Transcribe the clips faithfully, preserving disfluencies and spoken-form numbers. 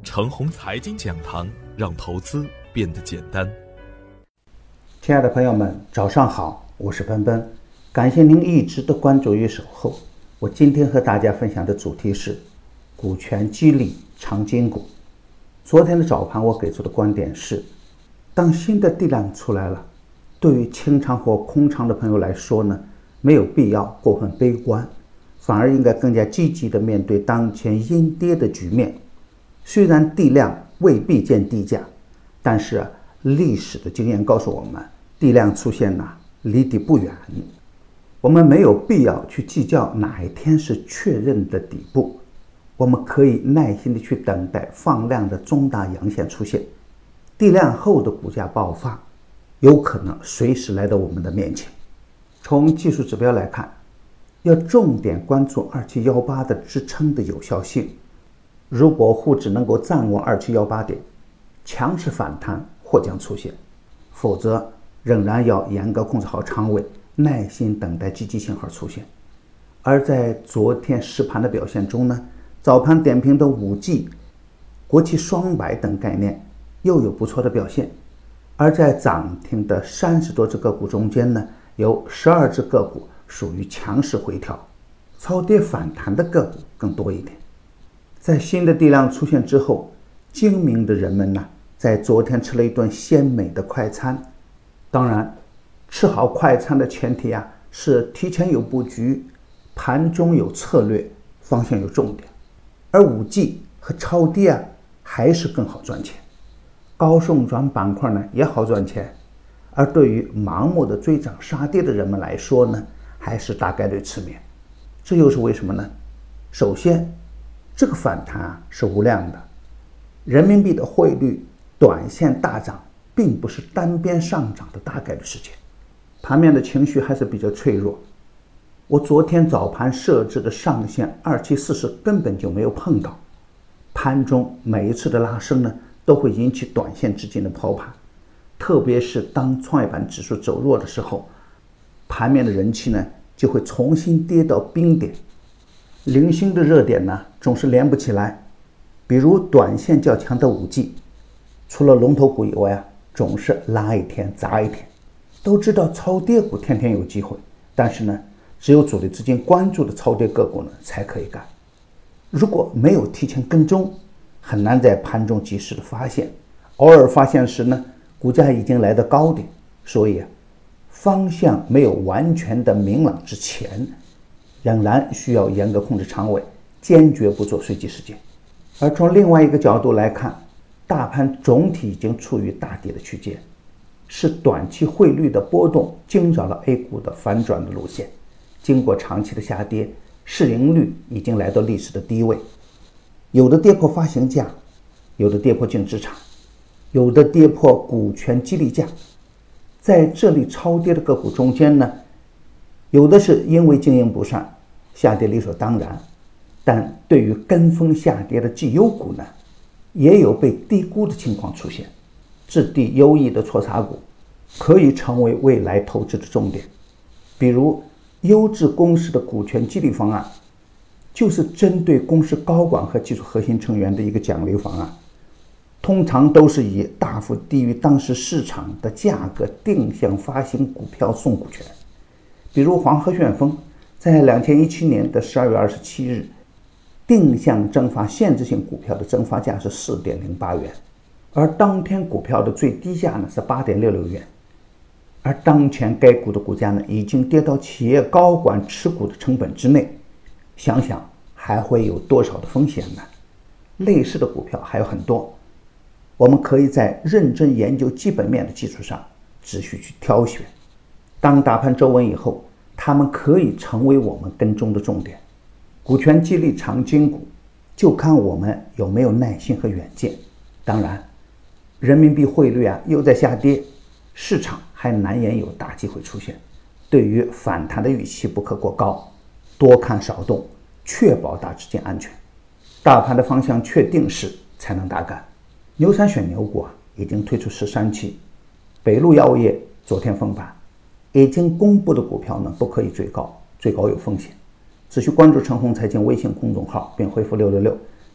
程红财经讲堂，让投资变得简单。 亲爱的朋友们，早上好，我是奔奔，感谢您一直的关注与守候。我今天和大家分享的主题是股权激励长金股。昨天的早盘我给出的观点是，当新的地量出来了，对于清仓或空仓的朋友来说呢，没有必要过分悲观，反而应该更加积极的面对当前阴跌的局面。虽然地量未必见低价，但是、啊、历史的经验告诉我们，地量出现呢、啊、离底不远。我们没有必要去计较哪一天是确认的底部，我们可以耐心的去等待放量的中大阳线出现，地量后的股价爆发有可能随时来到我们的面前。从技术指标来看，要重点关注二七一八的支撑的有效性。如果沪指能够站稳二七一八点，强势反弹或将出现，否则仍然要严格控制好仓位，耐心等待积极信号出现。而在昨天实盘的表现中呢，早盘点评的 五 G、 国企双百等概念又有不错的表现，而在涨停的三十多只个股中间呢，有十二只个股属于强势回调，超跌反弹的个股更多一点。在新的地量出现之后，精明的人们呢，在昨天吃了一顿鲜美的快餐。当然，吃好快餐的前提啊，是提前有布局，盘中有策略，方向有重点。而 五 G 和超跌啊，还是更好赚钱。高送转板块呢，也好赚钱。而对于盲目的追涨杀跌的人们来说呢，还是大概率吃面。这又是为什么呢？首先，这个反弹啊是无量的，人民币的汇率短线大涨并不是单边上涨的大概率事件，盘面的情绪还是比较脆弱。我昨天早盘设置的上限二七四十根本就没有碰到，盘中每一次的拉升呢，都会引起短线资金的抛盘，特别是当创业板指数走弱的时候，盘面的人气呢就会重新跌到冰点。零星的热点呢总是连不起来，比如短线较强的 五 G， 除了龙头股以外啊，总是拉一天砸一天。都知道超跌股天天有机会，但是呢，只有主力资金关注的超跌个股呢才可以干。如果没有提前跟踪，很难在盘中及时的发现，偶尔发现时呢，股价已经来到高点。所以啊，方向没有完全的明朗之前，仍然需要严格控制仓位，坚决不做随机事件。而从另外一个角度来看，大盘总体已经处于大跌的区间，是短期汇率的波动惊扰了 A 股的反转的路线。经过长期的下跌，市盈率已经来到历史的低位，有的跌破发行价，有的跌破净资产，有的跌破股权激励价。在这里超跌的个股中间呢，有的是因为经营不善，下跌理所当然，但对于跟风下跌的绩优股呢，也有被低估的情况出现。质地优异的错差股可以成为未来投资的重点。比如优质公司的股权激励方案，就是针对公司高管和技术核心成员的一个奖励方案，通常都是以大幅低于当时市场的价格定向发行股票送股权。比如黄河旋风在二零一七年的十二月二十七日，定向增发限制性股票的增发价是 四点零八元，而当天股票的最低价呢是 八点六六元。而当前该股的股价呢已经跌到企业高管持股的成本之内，想想还会有多少的风险呢？类似的股票还有很多，我们可以在认真研究基本面的基础上只需去挑选。当大盘走稳以后，它们可以成为我们跟踪的重点。股权激励长金股，就看我们有没有耐心和远见。当然，人民币汇率啊又在下跌，市场还难言有大机会出现。对于反弹的预期不可过高，多看少动，确保大资金安全。大盘的方向确定时才能大干。牛散选牛股啊已经推出十三期，北陆药业昨天封板，已经公布的股票呢不可以追高，追高有风险。只需关注陈红财经微信公众号并回复六六六，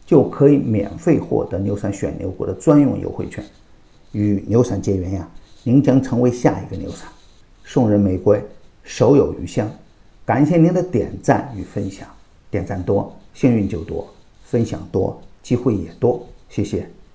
就可以免费获得牛散选牛股的专用优惠券。与牛散结缘呀，您将成为下一个牛散。送人玫瑰，手有余香。感谢您的点赞与分享，点赞多，幸运就多；分享多，机会也多。谢谢。